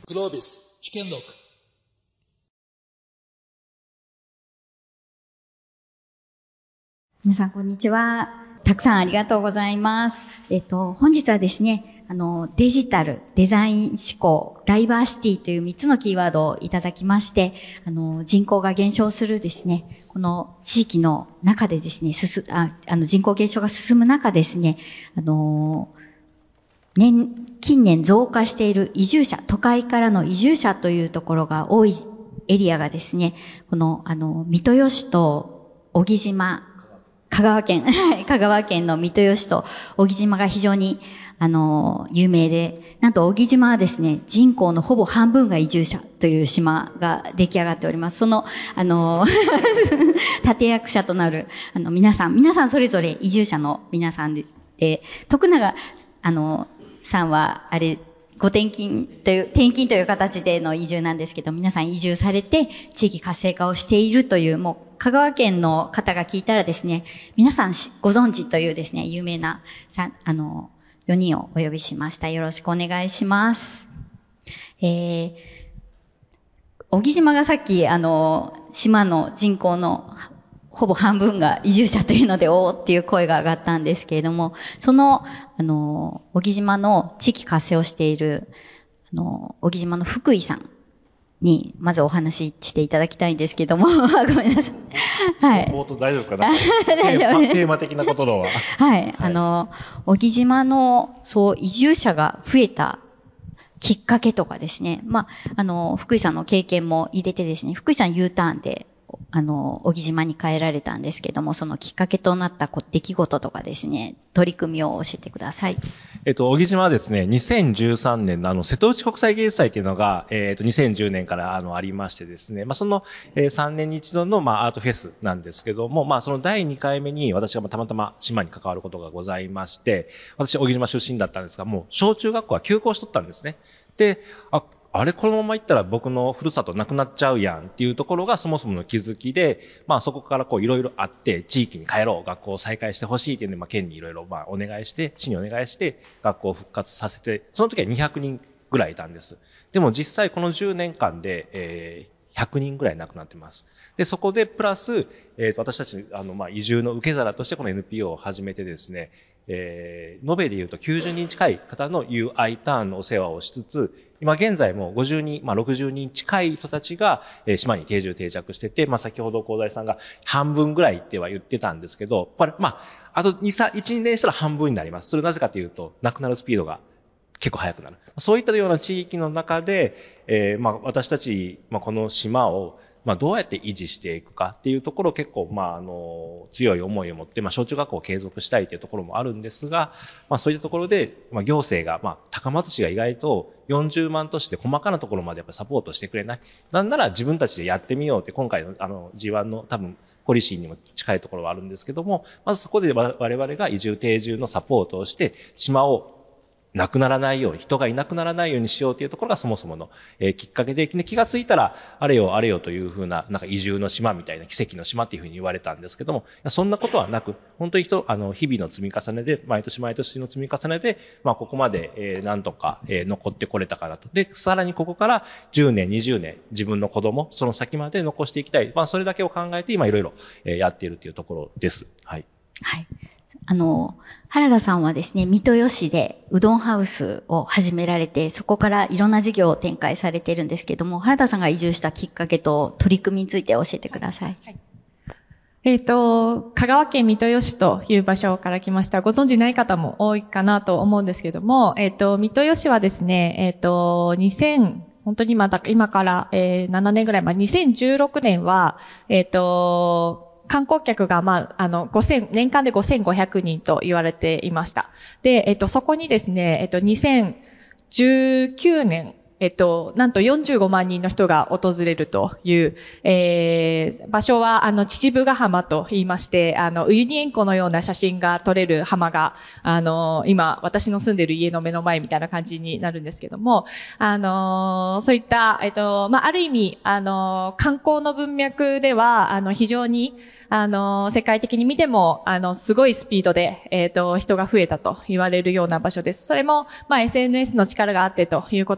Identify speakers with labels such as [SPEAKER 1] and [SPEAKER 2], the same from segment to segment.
[SPEAKER 1] グロービス知見録。
[SPEAKER 2] 皆さんこんにちは。たくさんありがとうございます。本日はですね、デジタル、デザイン思考、ダイバーシティという3つのキーワードをいただきまして、人口が減少するですね、この地域の中でですね、人口減少が進む中ですね、近年増加している移住者、都会からの移住者というところが多いエリアがですね、この、三豊市と小木島、香川県の三豊市と小木島が非常に、有名で、なんと小木島はですね、人口のほぼ半分が移住者という島が出来上がっております。その、立役者となる、皆さんそれぞれ移住者の皆さんで、徳永、さんは、ご転勤という形での移住なんですけど、皆さん移住されて地域活性化をしているという、もう香川県の方が聞いたらですね、皆さんご存知というですね、有名な4人をお呼びしました。よろしくお願いします。小木島がさっき島の人口のほぼ半分が移住者というので、おーっていう声が上がったんですけれども、その、小木島の地域活性をしている、小木島の福井さんに、まずお話ししていただきたいんですけども、ごめんなさい。はい。
[SPEAKER 3] 冒頭大丈夫ですか？大
[SPEAKER 2] 丈夫です。
[SPEAKER 3] テーマ的なことのは。
[SPEAKER 2] はい。小木島の、移住者が増えたきっかけとかですね。福井さんの経験も入れてですね、福井さん U ターンで、小木島に帰られたんですけども、そのきっかけとなった出来事とかですね、取り組みを教えてください。
[SPEAKER 3] 小木島はですね、2013年の瀬戸内国際芸術祭というのが、2010年からありましてですね、その、3年に一度の、アートフェスなんですけども、その第2回目に私がたまたま島に関わることがございまして、私、小木島出身だったんですが、もう小中学校は休校しとったんですね。で、このまま行ったら僕のふるさとなくなっちゃうやんっていうところがそもそもの気づきで、そこからいろいろあって、地域に帰ろう、学校を再開してほしいっていうので、県にいろいろお願いして、市にお願いして、学校を復活させて、その時は200人ぐらいいたんです。でも実際この10年間で、100人ぐらい亡くなってます。で、そこでプラス、私たち、移住の受け皿としてこの NPO を始めてですね、延べで言うと90人近い方の UI ターンのお世話をしつつ、今現在も50人、60人近い人たちが、島に定住定着してて、先ほど広大さんが半分ぐらいっては言ってたんですけど、あと1、2年したら半分になります。それなぜかというと、亡くなるスピードが結構速くなる。そういったような地域の中で、私たち、この島を、どうやって維持していくかっていうところを結構、強い思いを持って、小中学校を継続したいというところもあるんですが、そういったところで、行政が、高松市が意外と40万都市で細かなところまでやっぱサポートしてくれない。なんなら自分たちでやってみようって、今回のG1 の多分、ポリシーにも近いところはあるんですけども、まずそこで我々が移住定住のサポートをして、島をなくならないように、人がいなくならないようにしようというところがそもそもの、きっかけで、気がついたら、あれよあれよというふうな、移住の島みたいな、奇跡の島っていうふうに言われたんですけども、そんなことはなく、本当に日々の積み重ねで、毎年毎年の積み重ねで、ここまで、なんとか、残ってこれたかなと。で、さらにここから10年、20年、自分の子供、その先まで残していきたい。それだけを考えて、今いろいろ、やっているというところです。はい。
[SPEAKER 2] はい。原田さんはですね、三豊市でうどんハウスを始められて、そこからいろんな事業を展開されているんですけども、原田さんが移住したきっかけと取り組みについて教えてください。はい。
[SPEAKER 4] 香川県三豊市という場所から来ました。ご存知ない方も多いかなと思うんですけども、三豊市はですね、本当に今から、7年ぐらい前、2016年は、観光客が、年間で5500人と言われていました。で、そこにですね、2019年、なんと45万人の人が訪れるという、場所は、秩父ヶ浜と言いまして、ウユニ塩湖のような写真が撮れる浜が、今、私の住んでいる家の目の前みたいな感じになるんですけども、そういった、ある意味、観光の文脈では、非常に、世界的に見ても、すごいスピードで、人が増えたと言われるような場所です。それも、SNS の力があってということなんです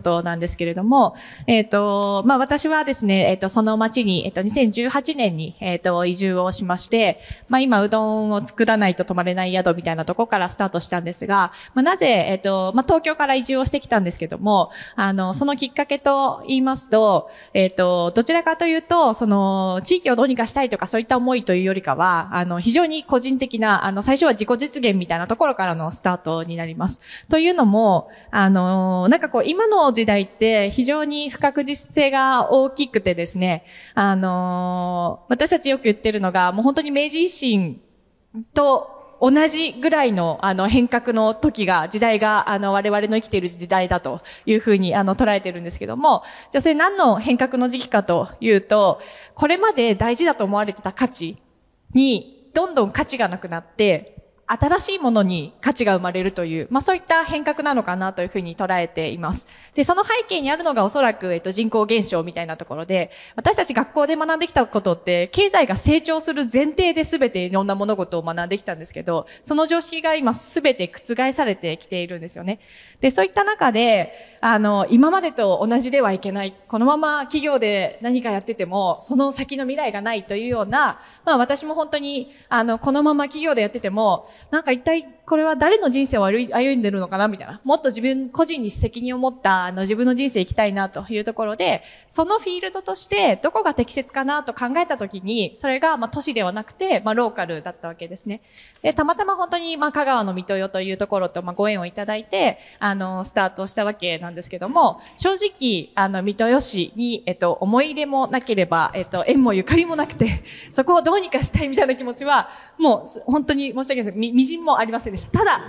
[SPEAKER 4] ですけれども、私はですね、その町に、2018年に、移住をしまして、今、うどんを作らないと泊まれない宿みたいなところからスタートしたんですが、なぜ、東京から移住をしてきたんですけども、そのきっかけと言いますと、どちらかというと、地域をどうにかしたいとかそういった思いというよりかは、非常に個人的な、最初は自己実現みたいなところからのスタートになります。というのも、今の時代って非常に不確実性が大きくてですね、私たちよく言ってるのが、もう本当に明治維新と同じぐらいの、変革の時代が、我々の生きている時代だというふうに、捉えてるんですけども、じゃあそれ何の変革の時期かというと、これまで大事だと思われてた価値に、どんどん価値がなくなって、新しいものに価値が生まれるという、そういった変革なのかなというふうに捉えています。で、その背景にあるのがおそらく、人口減少みたいなところで、私たち学校で学んできたことって、経済が成長する前提で全ていろんな物事を学んできたんですけど、その常識が今全て覆されてきているんですよね。で、そういった中で、今までと同じではいけない。このまま企業で何かやってても、その先の未来がないというような、私も本当に、このまま企業でやってても、一体これは誰の人生を歩んでるのかなみたいな。もっと個人に責任を持った、自分の人生生きたいなというところで、そのフィールドとしてどこが適切かなと考えたときに、それが、都市ではなくて、ローカルだったわけですね。で、たまたま本当に、香川の水戸代というところと、ご縁をいただいて、スタートしたわけなんですけども、正直、水戸代市に、思い入れもなければ、縁もゆかりもなくて、そこをどうにかしたいみたいな気持ちは、もう、本当に申し訳ないです。みじんもありませんでした。ただ、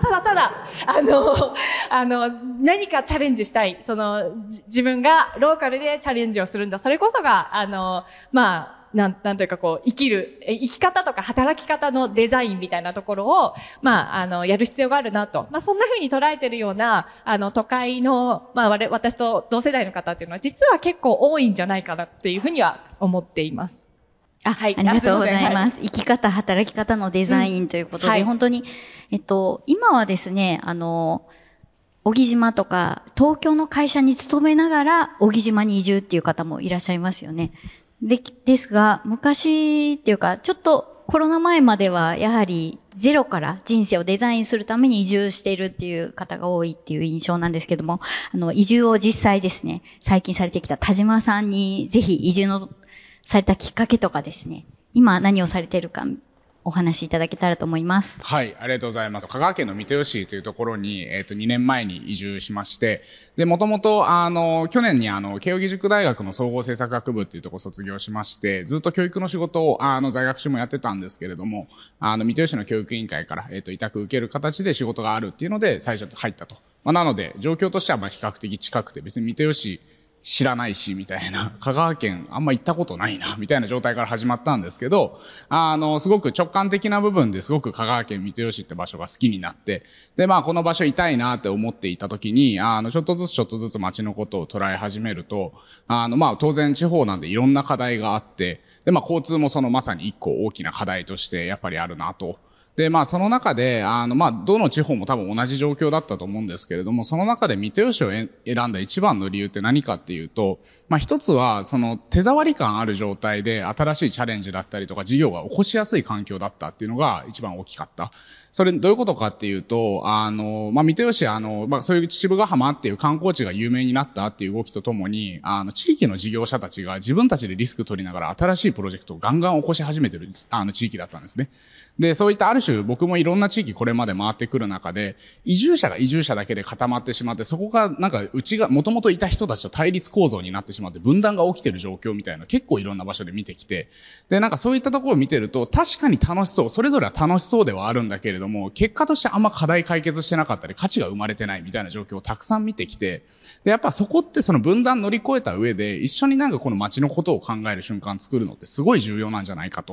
[SPEAKER 4] 何かチャレンジしたい。自分がローカルでチャレンジをするんだ。それこそが、なんというか生き方とか働き方のデザインみたいなところを、やる必要があるなと。そんな風に捉えているような、都会の、私と同世代の方っていうのは、実は結構多いんじゃないかなっていうふうには思っています。
[SPEAKER 2] はい。ありがとうございます。生き方、働き方のデザインということで、本当に、今はですね、小木島とか、東京の会社に勤めながら、小木島に移住っていう方もいらっしゃいますよね。ですが、昔っていうか、ちょっとコロナ前までは、やはりゼロから人生をデザインするために移住しているっていう方が多いっていう印象なんですけども、移住を実際ですね、最近されてきた田島さんに、ぜひ移住のされたきっかけとかですね、今何をされているかお話しいただけたらと思います。
[SPEAKER 1] はい、ありがとうございます。香川県の三豊市というところに、2年前に移住しまして、で、もともと、去年に慶應義塾大学の総合政策学部っていうところを卒業しまして、ずっと教育の仕事を、在学中もやってたんですけれども、三豊市の教育委員会から、委託受ける形で仕事があるっていうので、最初入ったと。なので、状況としては比較的近くて、別に三豊市、知らないし、みたいな。香川県あんま行ったことないな、みたいな状態から始まったんですけど、すごく直感的な部分ですごく香川県三豊市って場所が好きになって、で、この場所いたいなって思っていた時に、ちょっとずつ街のことを捉え始めると、当然地方なんでいろんな課題があって、で、交通もそのまさに一個大きな課題としてやっぱりあるなと。で、その中で、どの地方も多分同じ状況だったと思うんですけれども、その中で三豊市を選んだ一番の理由って何かっていうと、一つは、手触り感ある状態で新しいチャレンジだったりとか事業が起こしやすい環境だったっていうのが一番大きかった。それどういうことかっていうと、三豊市そういう秩父ヶ浜っていう観光地が有名になったっていう動きとともに、地域の事業者たちが自分たちでリスク取りながら新しいプロジェクトをガンガン起こし始めてる、地域だったんですね。で、そういったある種僕もいろんな地域これまで回ってくる中で、移住者が移住者だけで固まってしまって、そこが元々いた人たちと対立構造になってしまって分断が起きてる状況みたいな結構いろんな場所で見てきて、で、そういったところを見てると確かに楽しそう、それぞれは楽しそうではあるんだけれども、結果としてあんま課題解決してなかったり、価値が生まれてないみたいな状況をたくさん見てきて、で、やっぱそこってその分断乗り越えた上で、一緒にこの街のことを考える瞬間作るのってすごい重要なんじゃないかと。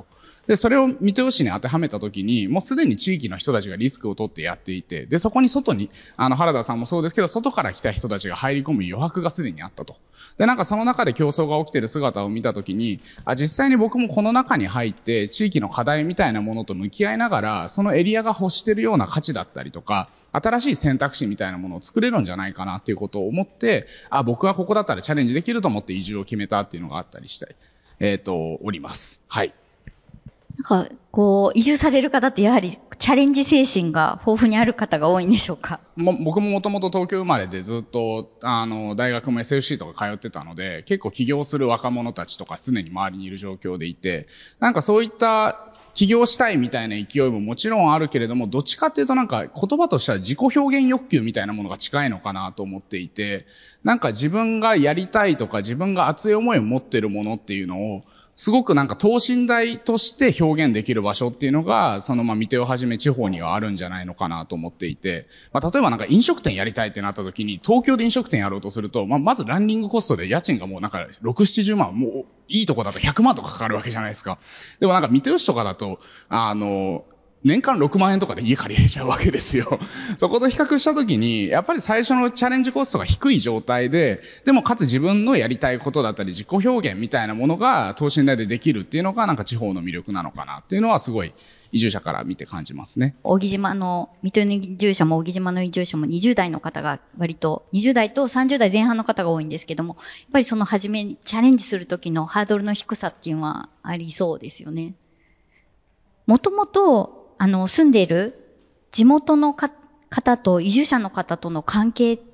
[SPEAKER 1] で、それを三豊市に当てはめたときに、もうすでに地域の人たちがリスクを取ってやっていて、で、そこに外に、原田さんもそうですけど、外から来た人たちが入り込む余白がすでにあったと。で、なんかその中で競争が起きている姿を見たときに、実際に僕もこの中に入って、地域の課題みたいなものと向き合いながら、そのエリアが欲しているような価値だったりとか、新しい選択肢みたいなものを作れるんじゃないかなっていうことを思って、僕はここだったらチャレンジできると思って移住を決めたっていうのがあったりして、おります。はい。
[SPEAKER 2] なんか、移住される方ってやはりチャレンジ精神が豊富にある方が多いんでしょうか？
[SPEAKER 1] 僕ももともと東京生まれでずっと、大学も SFC とか通ってたので、結構起業する若者たちとか常に周りにいる状況でいて、なんかそういった起業したいみたいな勢いももちろんあるけれども、どっちかっていうとなんか言葉としては自己表現欲求みたいなものが近いのかなと思っていて、なんか自分がやりたいとか自分が熱い思いを持ってるものっていうのを、すごくなんか等身大として表現できる場所っていうのが、三豊をはじめ地方にはあるんじゃないのかなと思っていて、例えばなんか飲食店やりたいってなった時に、東京で飲食店やろうとすると、まずランニングコストで家賃がもうなんか6、70万、もういいとこだと100万とかかかるわけじゃないですか。でもなんか三豊市とかだと、年間6万円とかで家借りれちゃうわけですよ。そこと比較したときに、やっぱり最初のチャレンジコストが低い状態で、でもかつ自分のやりたいことだったり自己表現みたいなものが等身大でできるっていうのがなんか地方の魅力なのかなっていうのはすごい移住者から見て感じますね。
[SPEAKER 2] 扇島の、水戸の移住者も扇島の移住者も20代の方が割と、20代と30代前半の方が多いんですけども、やっぱりその初めにチャレンジする時のハードルの低さっていうのはありそうですよね。もともと、住んでいる地元の方と移住者の方との関係って、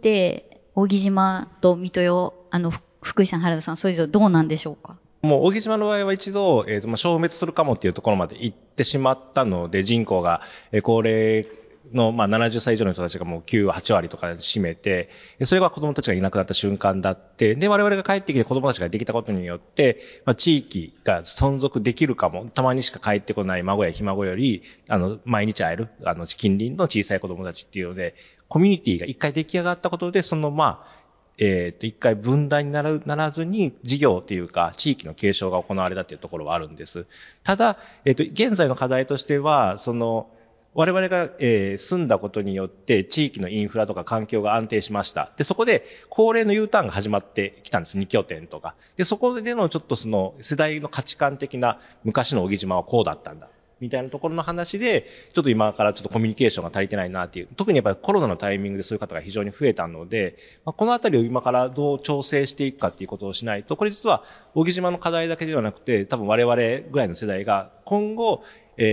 [SPEAKER 2] 扇島と水戸、福井さん、原田さん、それぞれどうなんでしょうか？
[SPEAKER 3] もう、扇島の場合は一度、消滅するかもっていうところまで行ってしまったので、人口が、高齢の、70歳以上の人たちがもう9、8割とか占めて、それが子供たちがいなくなった瞬間だって、で、我々が帰ってきて子供たちができたことによって、地域が存続できるかも、たまにしか帰ってこない孫やひ孫より、毎日会える、近隣の小さい子供たちっていうので、コミュニティが一回出来上がったことで、一回分断にならずに事業というか地域の継承が行われたというところはあるんです。ただ、現在の課題としては、我々が、住んだことによって地域のインフラとか環境が安定しました。で、そこで高齢の U ターンが始まってきたんです。2拠点とか。で、そこでのちょっと世代の価値観的な昔の扇島はこうだったんだ。みたいなところの話で、ちょっと今からちょっとコミュニケーションが足りてないなっていう。特にやっぱりコロナのタイミングでそういう方が非常に増えたので、このあたりを今からどう調整していくかっていうことをしないと、これ実は扇島の課題だけではなくて、多分我々ぐらいの世代が今後、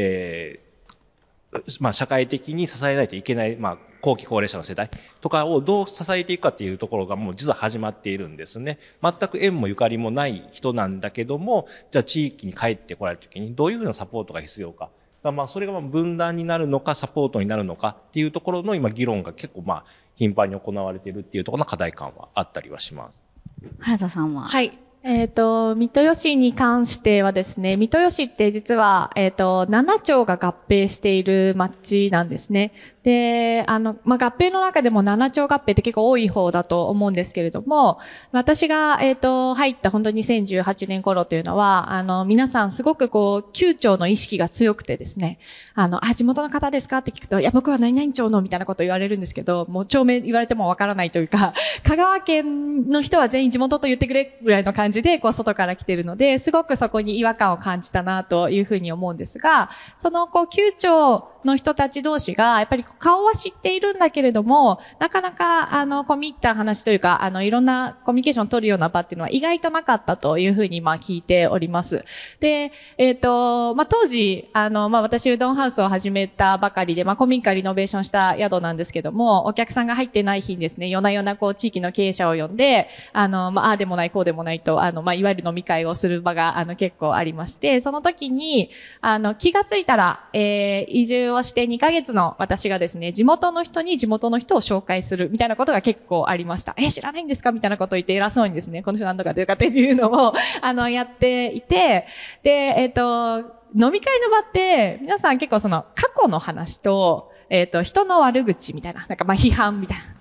[SPEAKER 3] 社会的に支えないといけない、後期高齢者の世代とかをどう支えていくかっていうところがもう実は始まっているんですね。全く縁もゆかりもない人なんだけども、じゃあ地域に帰ってこられるときにどういうふうなサポートが必要か。それが分断になるのかサポートになるのかっていうところの今議論が結構頻繁に行われているっていうところの課題感はあったりはします。
[SPEAKER 2] 原田さんは？
[SPEAKER 4] はい。三豊市に関してはですね、三豊市って実は、7町が合併している町なんですね。で、合併の中でも7町合併って結構多い方だと思うんですけれども、私が、入った本当に2018年頃というのは、皆さんすごく9町の意識が強くてですね、地元の方ですかって聞くと、いや、僕は何々町のみたいなこと言われるんですけど、もう町名言われてもわからないというか、香川県の人は全員地元と言ってくれぐらいの感じで、外から来てるので、すごくそこに違和感を感じたなというふうに思うんですが、その9町の人たち同士が、やっぱり顔は知っているんだけれども、なかなか、込み入った話というか、いろんなコミュニケーションを取るような場っていうのは意外となかったというふうに、聞いております。で、当時、私、うどんハウスを始めたばかりで、古民家リノベーションした宿なんですけども、お客さんが入ってない日にですね、夜な夜な地域の経営者を呼んで、ああでもない、こうでもないと、いわゆる飲み会をする場が、結構ありまして、その時に、気がついたら、移住をして2ヶ月の私がですね、地元の人に地元の人を紹介するみたいなことが結構ありました。知らないんですかみたいなことを言って偉そうにですね、この人何とかというかっていうのを、やっていて、で、飲み会の場って、皆さん結構過去の話と、人の悪口みたいな、批判みたいな。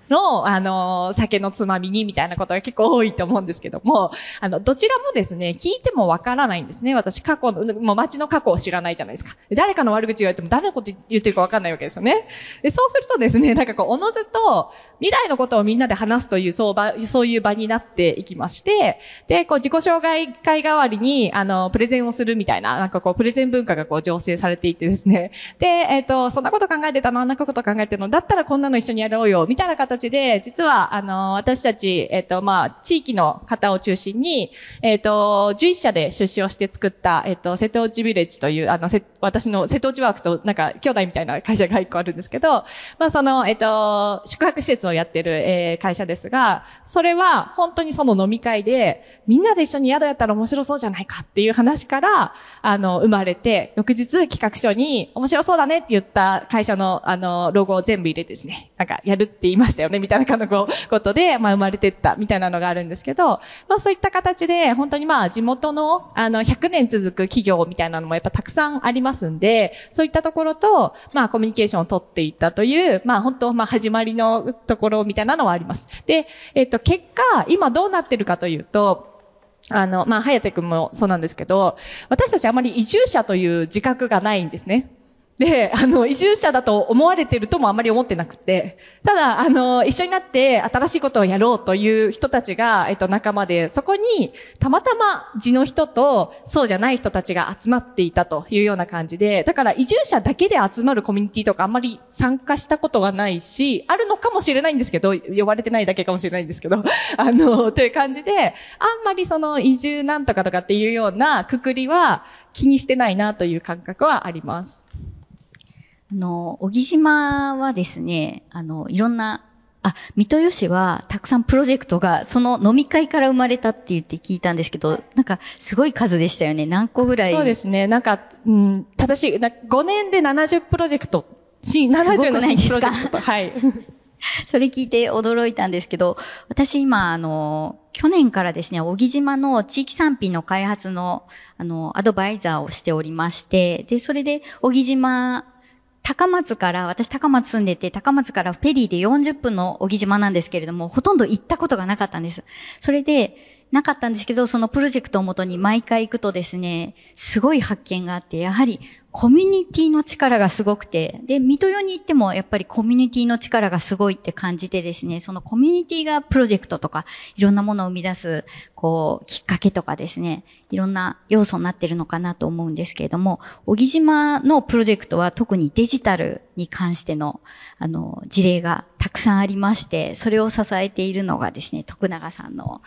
[SPEAKER 4] の、酒のつまみにみたいなことが結構多いと思うんですけども、どちらもですね、聞いてもわからないんですね。私過去の、もう街の過去を知らないじゃないですか。誰かの悪口言われても誰のこと言ってるかわかんないわけですよね。で、そうするとですね、なんかこう、おのずと未来のことをみんなで話すという、そういう場になっていきまして、で、こう、自己紹介会代わりに、プレゼンをするみたいな、なんかこう、プレゼン文化がこう、醸成されていてですね。で、そんなこと考えてたの、あんなこと考えてるの、だったらこんなの一緒にやろうよ、みたいな形で、実は、私たち、地域の方を中心に、11社で出資をして作った、瀬戸内ビレッジという、私の瀬戸内ワークスと、なんか、兄弟みたいな会社が一個あるんですけど、宿泊施設をやってる、会社ですが、それは、本当にその飲み会で、みんなで一緒に宿やったら面白そうじゃないかっていう話から、生まれて、翌日企画書に、面白そうだねって言った会社の、ロゴを全部入れてですね、なんか、やるって言いましたよね、みたいなことで、生まれてったみたいなのがあるんですけど、そういった形で、本当に地元の、100年続く企業みたいなのもやっぱたくさんありますんで、そういったところと、コミュニケーションを取っていったという、本当、始まりのところみたいなのはあります。で、結果、今どうなってるかというと、早くんもそうなんですけど、私たちあまり移住者という自覚がないんですね。で、移住者だと思われてるともあまり思ってなくて、ただ、一緒になって新しいことをやろうという人たちが、仲間で、そこに、たまたま地の人と、そうじゃない人たちが集まっていたというような感じで、だから移住者だけで集まるコミュニティとかあんまり参加したことがないし、あるのかもしれないんですけど、呼ばれてないだけかもしれないんですけど、という感じで、あんまりその移住なんとかとかっていうようなくくりは気にしてないなという感覚はあります。
[SPEAKER 2] 小木島はですね、いろんな、三豊市はたくさんプロジェクトが、その飲み会から生まれたって言って聞いたんですけど、なんかすごい数でしたよね。何個ぐらい。
[SPEAKER 4] そうですね。なんか、正しい、5年で70プロジェクト。70の新プロジェクト。はい。
[SPEAKER 2] それ聞いて驚いたんですけど、私今、去年からですね、小木島の地域産品の開発の、アドバイザーをしておりまして、で、それで小木島、私高松住んでて、高松からフェリーで40分の小木島なんですけれども、ほとんど行ったことがなかったんです。それで、なかったんですけど、そのプロジェクトをもとに毎回行くとですね、すごい発見があって、やはりコミュニティの力がすごくて、で、水戸代に行ってもやっぱりコミュニティの力がすごいって感じてですね、そのコミュニティがプロジェクトとか、いろんなものを生み出す、きっかけとかですね、いろんな要素になってるのかなと思うんですけれども、小木島のプロジェクトは特にデジタルに関しての、事例がたくさんありまして、それを支えているのがですね、徳永さんの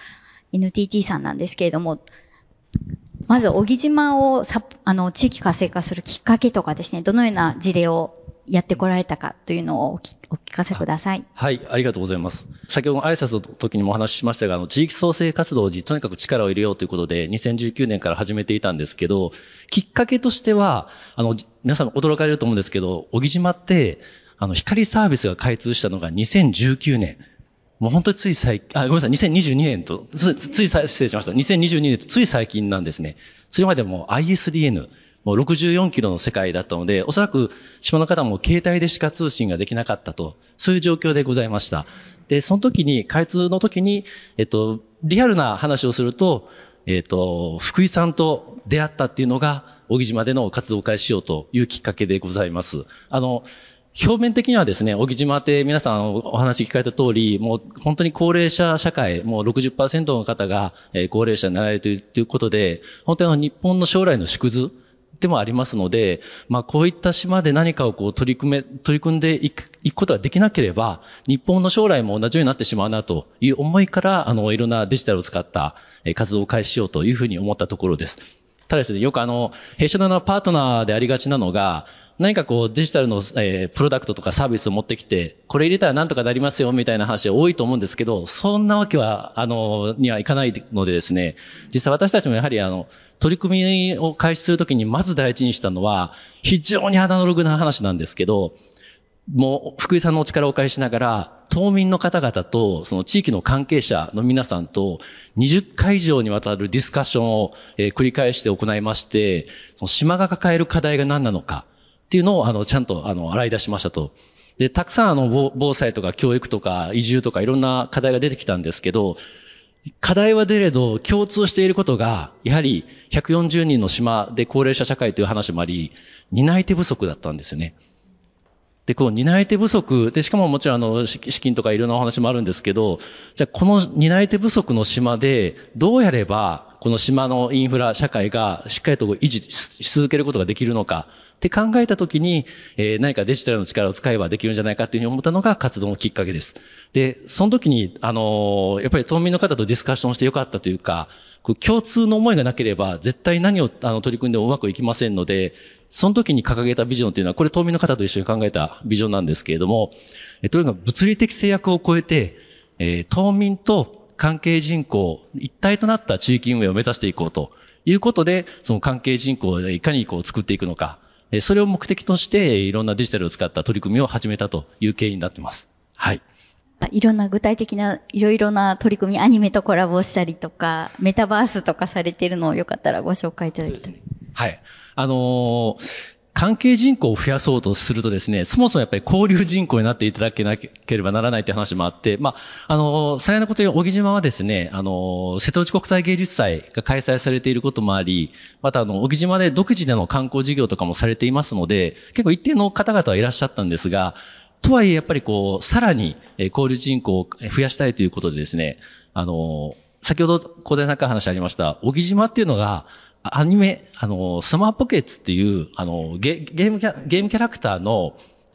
[SPEAKER 2] NTT さんなんですけれども、まず、小木島を地域活性化するきっかけとかですね、どのような事例をやってこられたかというのをお聞かせください。
[SPEAKER 5] はい、ありがとうございます。先ほど挨拶の時にもお話ししましたが、地域創生活動にとにかく力を入れようということで、2019年から始めていたんですけど、きっかけとしては、皆さん驚かれると思うんですけど、小木島って、光サービスが開通したのが2019年。もう本当にごめんなさい、2022年と、失礼しました。2022年とつい最近なんですね。それまでも ISDN、もう64キロの世界だったので、おそらく島の方も携帯でしか通信ができなかったと、そういう状況でございました。で、その時に、開通の時に、リアルな話をすると、福井さんと出会ったっていうのが、小木島での活動を開始しようというきっかけでございます。表面的にはですね、小木島って皆さんお話聞かれた通り、もう本当に高齢者社会、もう 60% の方が高齢者になられているということで、本当に日本の将来の縮図でもありますので、こういった島で何かを取り組んでいくことができなければ、日本の将来も同じようになってしまうなという思いから、いろんなデジタルを使った活動を開始しようというふうに思ったところです。ただですね、よく弊社のようなパートナーでありがちなのが、何かデジタルの、プロダクトとかサービスを持ってきて、これ入れたらなんとかなりますよみたいな話が多いと思うんですけど、そんなわけは、にはいかないのでですね、実際私たちもやはり取り組みを開始するときにまず第一にしたのは、非常にアナログな話なんですけど、もう福井さんのお力をお借りしながら、島民の方々とその地域の関係者の皆さんと20回以上にわたるディスカッションを繰り返して行いまして、その島が抱える課題が何なのかっていうのをちゃんと洗い出しましたと。 で、たくさん防災とか教育とか移住とかいろんな課題が出てきたんですけど、課題は出れど共通していることが、やはり140人の島で高齢者社会という話もあり、担い手不足だったんですね。で、この担い手不足で、しかももちろん資金とかいろんなお話もあるんですけど、じゃあこの担い手不足の島でどうやればこの島のインフラ社会がしっかりと維持し続けることができるのかって考えたときに、何かデジタルの力を使えばできるんじゃないかっていうふうに思ったのが活動のきっかけです。で、その時に、やっぱり島民の方とディスカッションしてよかったというか、共通の思いがなければ絶対何を取り組んでもうまくいきませんので、その時に掲げたビジョンっていうのは、これ島民の方と一緒に考えたビジョンなんですけれども、とにかく物理的制約を超えて、島民と関係人口一体となった地域運営を目指していこうということで、その関係人口をいかに作っていくのか、それを目的としていろんなデジタルを使った取り組みを始めたという経緯になっています。はい。
[SPEAKER 2] いろんな具体的ないろいろな取り組み、アニメとコラボしたりとか、メタバースとかされているのをよかったらご紹介いただきたい。
[SPEAKER 5] はい。関係人口を増やそうとするとですね、そもそもやっぱり交流人口になっていただけなければならないという話もあって、幸いなことに、小木島はですね、瀬戸内国際芸術祭が開催されていることもあり、また小木島で独自での観光事業とかもされていますので、結構一定の方々はいらっしゃったんですが、とはいえやっぱりさらに交流人口を増やしたいということでですね、先ほど小田さんから話ありました、小木島っていうのが、アニメ、スマーポケッツっていう、ゲームキャラクターの、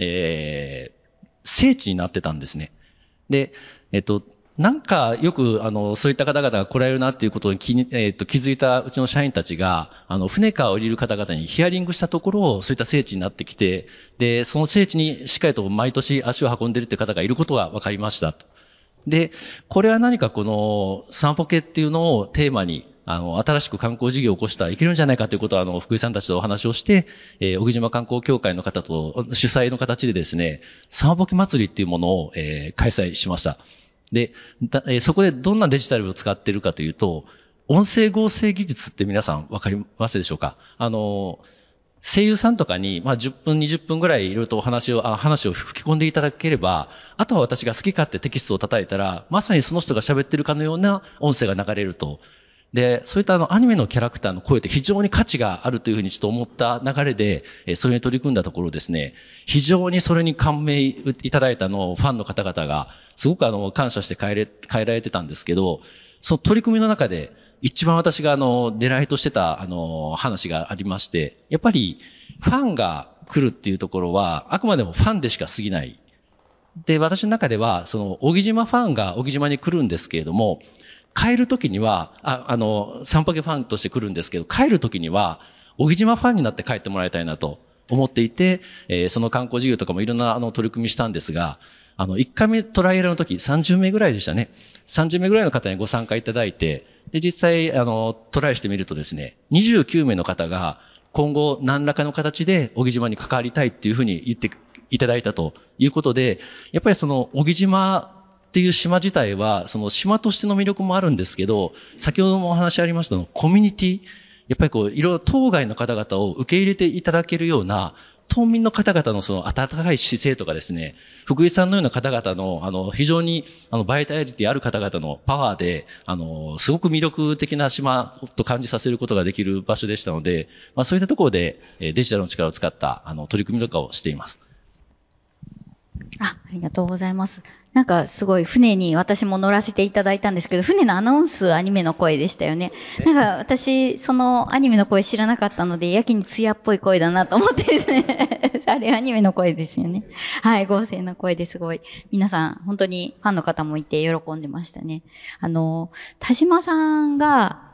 [SPEAKER 5] 聖地になってたんですね。で、なんかよく、そういった方々が来られるなっていうことに気づいたうちの社員たちが、船から降りる方々にヒアリングしたところ、そういった聖地になってきて、で、その聖地にしっかりと毎年足を運んでるって方がいることが分かりましたと。で、これは何かスマポケっていうのをテーマに、新しく観光事業を起こしたらいけるんじゃないかということを、福井さんたちとお話をして、小木島観光協会の方と主催の形でですね、サマポケ祭りっていうものを、開催しました。で、そこでどんなデジタルを使っているかというと、音声合成技術って皆さんわかりますでしょうか？声優さんとかに、10分、20分ぐらいいろいろと話を吹き込んでいただければ、あとは私が好き勝手テキストを叩いたら、まさにその人が喋ってるかのような音声が流れると。で、そういったアニメのキャラクターの声って非常に価値があるというふうにちょっと思った流れで、それに取り組んだところですね、非常にそれに感銘いただいたファンの方々が、すごく感謝して帰られてたんですけど、その取り組みの中で、一番私が狙いとしてた話がありまして、やっぱりファンが来るっていうところは、あくまでもファンでしか過ぎない。で、私の中では、小木島ファンが小木島に来るんですけれども、帰るときには、サンパケファンとして来るんですけど、帰るときには、小木島ファンになって帰ってもらいたいなと思っていて、その観光事業とかもいろんな取り組みしたんですが、1回目トライアルの時30名ぐらいでしたね。30名ぐらいの方にご参加いただいて、で、実際、トライしてみるとですね、29名の方が今後何らかの形で小木島に関わりたいっていうふうに言っていただいたということで、やっぱり小木島っていう島自体は、島としての魅力もあるんですけど、先ほどもお話ありましたコミュニティ、やっぱりいろいろ当該の方々を受け入れていただけるような、島民の方々の温かい姿勢とかですね、福井さんのような方々の、非常に、バイタリティある方々のパワーで、すごく魅力的な島と感じさせることができる場所でしたので、そういったところで、デジタルの力を使った、取り組みとかをしています。
[SPEAKER 2] ありがとうございます。なんかすごい船に私も乗らせていただいたんですけど、船のアナウンスアニメの声でしたよね。なんか私、そのアニメの声知らなかったので、やけに艶っぽい声だなと思ってですね。あれアニメの声ですよね。はい、合成の声ですごい。皆さん、本当にファンの方もいて喜んでましたね。田島さんが、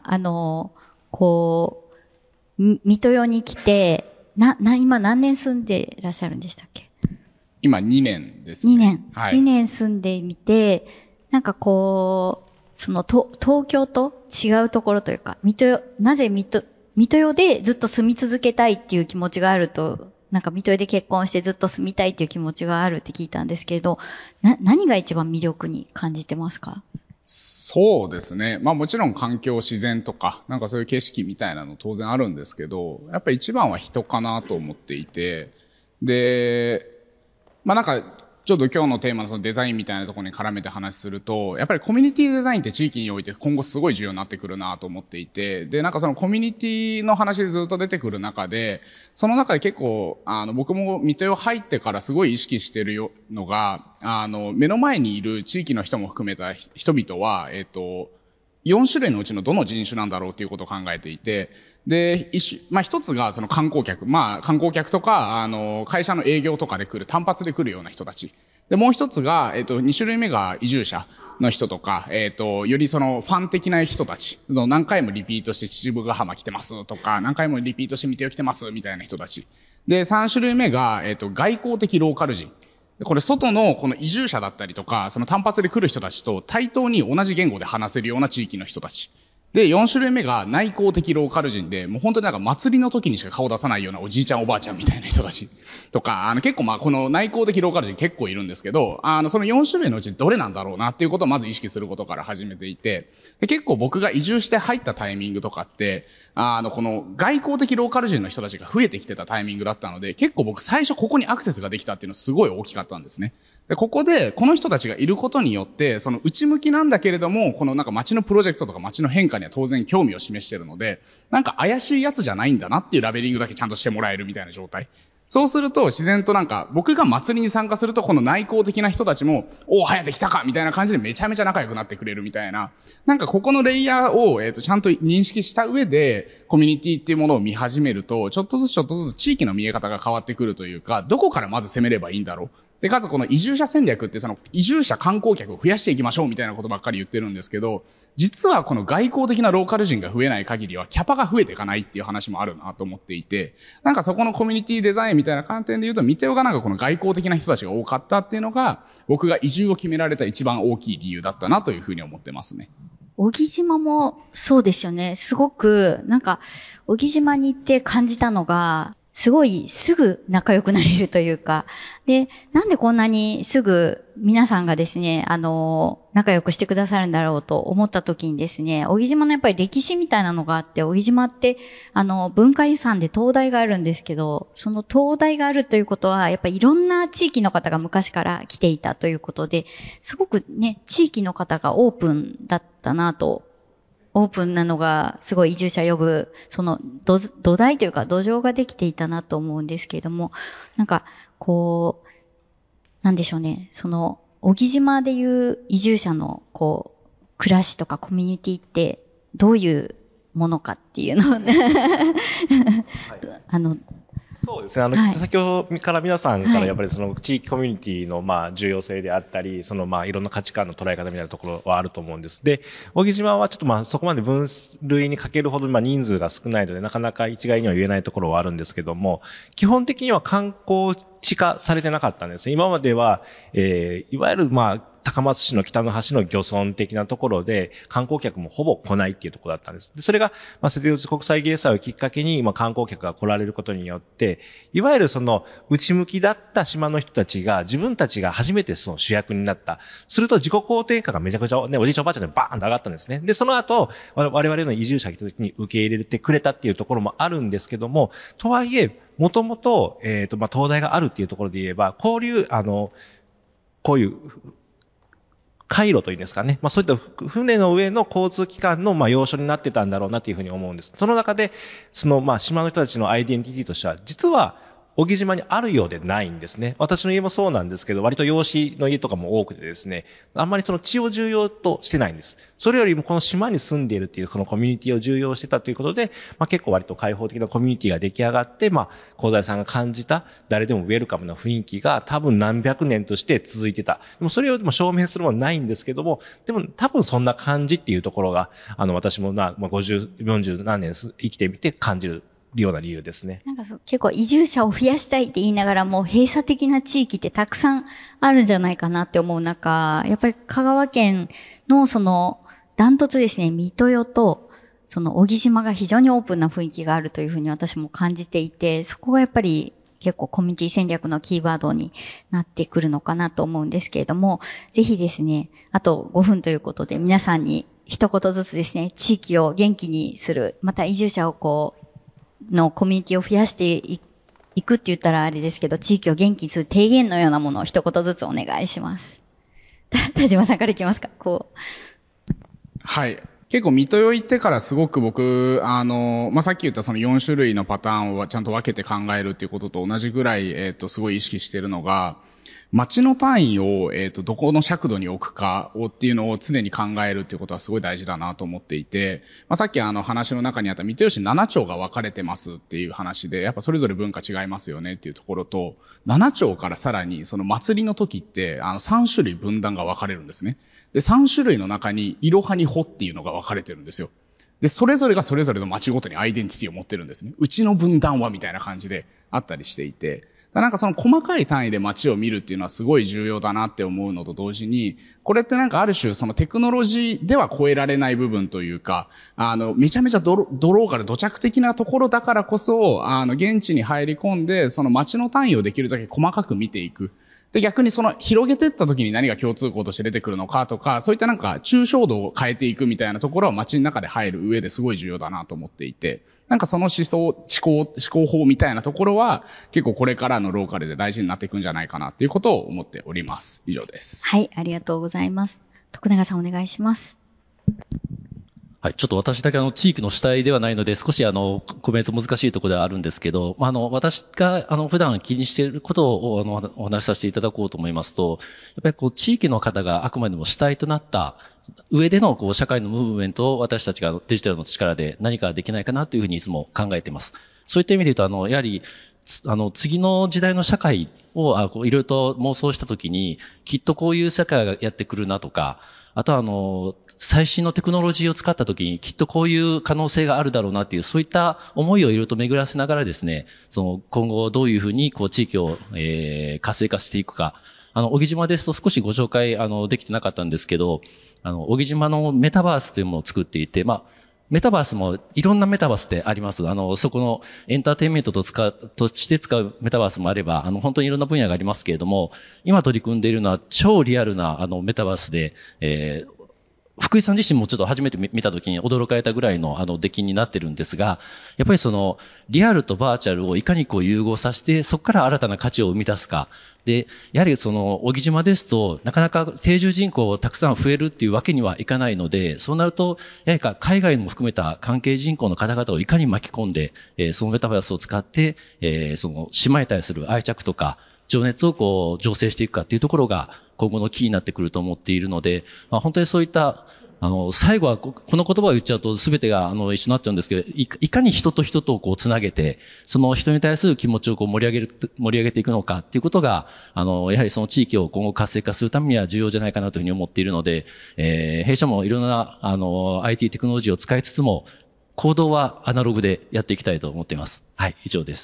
[SPEAKER 2] 水戸代に来て、今何年住んでいらっしゃるんでしたっけ？
[SPEAKER 1] 今2年ですね。
[SPEAKER 2] 2年。
[SPEAKER 1] はい。
[SPEAKER 2] 2年住んでみて、なんか東京と違うところというか、なぜ水戸代でずっと住み続けたいっていう気持ちがあると、なんか水戸代で結婚してずっと住みたいっていう気持ちがあるって聞いたんですけれど、何が一番魅力に感じてますか？
[SPEAKER 1] そうですね。もちろん環境、自然とか、なんかそういう景色みたいなの当然あるんですけど、やっぱり一番は人かなと思っていて、で、なんかちょっと今日のテーマのそのデザインみたいなところに絡めて話すると、やっぱりコミュニティデザインって地域において今後すごい重要になってくるなと思っていて、で、なんかそのコミュニティの話でずっと出てくる中で、その中で結構、僕もミトヨ入ってからすごい意識してるのが、目の前にいる地域の人も含めた人々は、4種類のうちのどの人種なんだろうということを考えていて、で、一つがその観光客。観光客とか、会社の営業とかで来る、単発で来るような人たち。で、もう一つが、2種類目が移住者の人とか、よりそのファン的な人たち。何回もリピートして秩父ヶ浜来てますとか、何回もリピートしてミトヨ来てますみたいな人たち。で、3種類目が、外交的ローカル人。これ外のこの移住者だったりとか、その単発で来る人たちと対等に同じ言語で話せるような地域の人たち。で、4種類目が内向的ローカル人で、もう本当になんか祭りの時にしか顔出さないようなおじいちゃんおばあちゃんみたいな人たちとか、結構この内向的ローカル人結構いるんですけど、その4種類のうちどれなんだろうなっていうことをまず意識することから始めていて、で結構僕が移住して入ったタイミングとかって、この外交的ローカル人の人たちが増えてきてたタイミングだったので、結構僕最初ここにアクセスができたっていうのはすごい大きかったんですね。で、ここで、この人たちがいることによって、その内向きなんだけれども、このなんか街のプロジェクトとか街の変化には当然興味を示してるので、なんか怪しいやつじゃないんだなっていうラベリングだけちゃんとしてもらえるみたいな状態。そうすると自然となんか僕が祭りに参加するとこの内向的な人たちも、おー、颯来たかみたいな感じでめちゃめちゃ仲良くなってくれるみたいな。なんかここのレイヤーを、ちゃんと認識した上でコミュニティっていうものを見始めると、ちょっとずつ地域の見え方が変わってくるというか、どこからまず攻めればいいんだろう。で、かつこの移住者戦略ってその移住者観光客を増やしていきましょうみたいなことばっかり言ってるんですけど、実はこの外交的なローカル人が増えない限りはキャパが増えていかないっていう話もあるなと思っていて、なんかそこのコミュニティデザインみたいな観点で言うと、ミトヨがなんかこの外交的な人たちが多かったっていうのが、僕が移住を決められた一番大きい理由だったなというふうに思ってますね。
[SPEAKER 2] 小木島もそうですよね。すごく、なんか、小木島に行って感じたのが、すごいすぐ仲良くなれるというか、で、なんでこんなにすぐ皆さんがですね、仲良くしてくださるんだろうと思った時にですね、小木島のやっぱり歴史みたいなのがあって、小木島って、文化遺産で灯台があるんですけど、その灯台があるということは、やっぱりいろんな地域の方が昔から来ていたということで、すごくね、地域の方がオープンだったなと、オープンなのがすごい移住者呼ぶ、その土台というか土壌ができていたなと思うんですけれども、なんかこう、なんでしょうね、その小木島でいう移住者のこう、暮らしとかコミュニティってどういうものかっていうのをね、
[SPEAKER 3] そうですね。先ほどから皆さんからやっぱりその地域コミュニティの重要性であったり、そのいろんな価値観の捉え方みたいなところはあると思うんです。で、小木島はちょっとそこまで分類にかけるほど人数が少ないのでなかなか一概には言えないところはあるんですけども、基本的には観光地化されてなかったんですね。今までは、いわゆる高松市の北の端の漁村的なところで観光客もほぼ来ないっていうところだったんです。で、それが、瀬戸内国際芸祭をきっかけに、観光客が来られることによって、いわゆるその内向きだった島の人たちが自分たちが初めてその主役になった。すると自己肯定感がめちゃくちゃね、おじいちゃんおばあちゃんでバーンと上がったんですね。で、その後、我々の移住者が来た時に受け入れてくれたっていうところもあるんですけども、とはいえ、もともと、灯台があるっていうところで言えば、こういう回路というんですかね。そういった船の上の交通機関の要所になってたんだろうなというふうに思うんです。その中で、その島の人たちのアイデンティティとしては、実は小木島にあるようでないんですね。私の家もそうなんですけど、割と養子の家とかも多くてですね、あんまりその地を重要としてないんです。それよりもこの島に住んでいるっていうこのコミュニティを重要してたということで、結構割と開放的なコミュニティが出来上がって、香西さんが感じた誰でもウェルカムな雰囲気が多分何百年として続いてた。でもそれを証明するものはないんですけども、でも多分そんな感じっていうところが、私も50、40何年生きてみて感じるような理由ですね。
[SPEAKER 2] なんか結構移住者を増やしたいって言いながらも閉鎖的な地域ってたくさんあるんじゃないかなって思う中、やっぱり香川県のそのダントツですね、三豊とその小木島が非常にオープンな雰囲気があるというふうに私も感じていて、そこがやっぱり結構コミュニティ戦略のキーワードになってくるのかなと思うんですけれども、ぜひですね、あと5分ということで皆さんに一言ずつですね、地域を元気にする、また移住者をのコミュニティを増やしてい行くって言ったらあれですけど、地域を元気にする提言のようなものを一言ずつお願いします。田島さんからいきますか。
[SPEAKER 1] はい。結構、水戸行ってからすごく僕、さっき言ったその4種類のパターンをちゃんと分けて考えるっていうことと同じぐらい、すごい意識してるのが、町の単位を、どこの尺度に置くかっていうのを常に考えるっていうことはすごい大事だなと思っていて、さっき話の中にあった水戸市7町が分かれてますっていう話で、やっぱそれぞれ文化違いますよねっていうところと、7町からさらにその祭りの時って、3種類分断が分かれるんですね。で、3種類の中に、いろはにほっていうのが分かれてるんですよ。で、それぞれがそれぞれの町ごとにアイデンティティを持ってるんですね。うちの分断はみたいな感じであったりしていて、なんかその細かい単位で街を見るっていうのはすごい重要だなって思うのと同時に、これってなんかある種そのテクノロジーでは超えられない部分というか、めちゃめちゃドローカル土着的なところだからこそ、現地に入り込んで、その街の単位をできるだけ細かく見ていく。で、逆にその広げていった時に何が共通項として出てくるのかとか、そういったなんか抽象度を変えていくみたいなところは街の中で入る上ですごい重要だなと思っていて、なんかその思考法みたいなところは結構これからのローカルで大事になっていくんじゃないかなっていうことを思っております。以上です。
[SPEAKER 2] はい、ありがとうございます。徳永さんお願いします。
[SPEAKER 5] はい。ちょっと私だけ地域の主体ではないので、少しコメント難しいところではあるんですけど、私が普段気にしていることをお話しさせていただこうと思いますと、やっぱり地域の方があくまでも主体となった上での社会のムーブメントを私たちがデジタルの力で何かできないかなというふうにいつも考えています。そういった意味で言うと、やはり、次の時代の社会をいろいろと妄想したときに、きっとこういう社会がやってくるなとか、あとは最新のテクノロジーを使ったときにきっとこういう可能性があるだろうなっていう、そういった思いをいろいろと巡らせながらですね、今後どういうふうに地域を、活性化していくか。小木島ですと少しご紹介、できてなかったんですけど、小木島のメタバースというものを作っていて、メタバースもいろんなメタバースってあります。そこのエンターテインメントとして使うメタバースもあれば、本当にいろんな分野がありますけれども、今取り組んでいるのは超リアルなメタバースで、福井さん自身もちょっと初めて見たときに驚かれたぐらいの出来になってるんですが、やっぱりリアルとバーチャルをいかに融合させて、そこから新たな価値を生み出すか。で、やはり小木島ですと、なかなか定住人口をたくさん増えるっていうわけにはいかないので、そうなると、やはり海外も含めた関係人口の方々をいかに巻き込んで、そのメタバースを使って、島に対する愛着とか、情熱を醸成していくかっていうところが今後のキーになってくると思っているので、本当にそういった、最後はこの言葉を言っちゃうと全てが一緒になっちゃうんですけど、いかに人と人とをつなげて、その人に対する気持ちを盛り上げていくのかっていうことが、やはりその地域を今後活性化するためには重要じゃないかなというふうに思っているので、弊社もいろんな、IT テクノロジーを使いつつも、行動はアナログでやっていきたいと思っています。はい、以上です。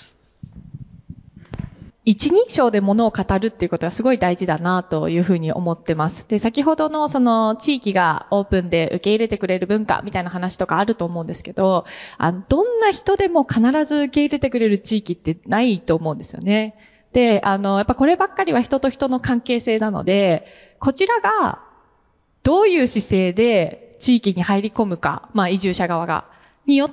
[SPEAKER 4] 一人称で物を語るっていうことはすごい大事だなというふうに思ってます。で、先ほどのその地域がオープンで受け入れてくれる文化みたいな話とかあると思うんですけど、どんな人でも必ず受け入れてくれる地域ってないと思うんですよね。で、やっぱこればっかりは人と人の関係性なので、こちらがどういう姿勢で地域に入り込むか、移住者側が。によって、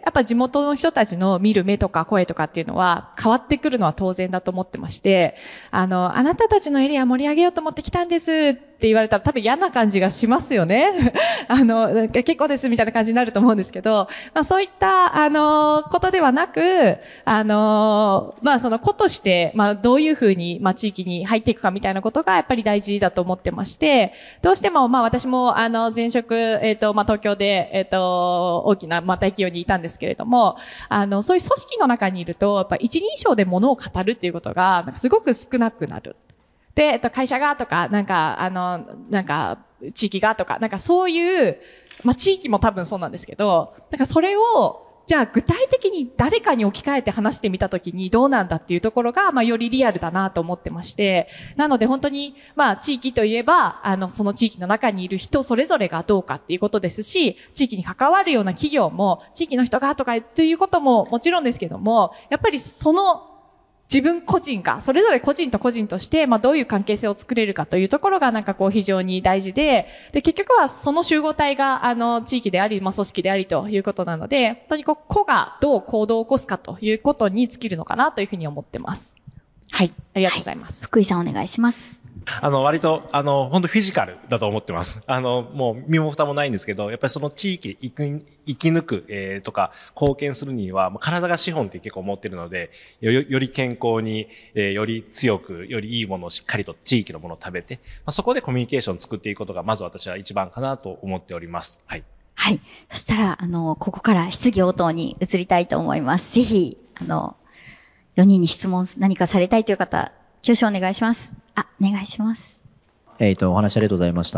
[SPEAKER 4] やっぱ地元の人たちの見る目とか声とかっていうのは変わってくるのは当然だと思ってまして、あなたたちのエリア盛り上げようと思って来たんですって言われたら多分嫌な感じがしますよね。結構ですみたいな感じになると思うんですけど、そういった、ことではなく、その子として、どういうふうに、地域に入っていくかみたいなことがやっぱり大事だと思ってまして、どうしても、私も、前職、東京で、大きな、大企業にいたんですけれども、そういう組織の中にいると、やっぱ一人称で物を語るっていうことが、すごく少なくなる。で、会社がとか、地域がとか、そういう、地域も多分そうなんですけど、それを、じゃあ具体的に誰かに置き換えて話してみたときにどうなんだっていうところが、よりリアルだなと思ってまして、なので本当に、地域といえば、その地域の中にいる人それぞれがどうかっていうことですし、地域に関わるような企業も、地域の人がとかっていうことももちろんですけども、やっぱりその自分個人が、それぞれ個人と個人として、どういう関係性を作れるかというところが非常に大事で、結局はその集合体が、地域であり、組織でありということなので、本当に個がどう行動を起こすかということに尽きるのかなというふうに思ってます。はい。ありがとうございます。
[SPEAKER 2] 福井さんお願いします。
[SPEAKER 3] 割と、本当フィジカルだと思ってます。もう身も蓋もないんですけど、やっぱりその地域生き抜く、とか、貢献するには、体が資本って結構思ってるので、より健康に、より強く、よりいいものをしっかりと地域のものを食べて、そこでコミュニケーションを作っていくことが、まず私は一番かなと思っております。はい。
[SPEAKER 2] はい。そしたら、ここから質疑応答に移りたいと思います。ぜひ、4人に質問何かされたいという方、挙手お願いします。お願いします。
[SPEAKER 6] お話ありがとうございました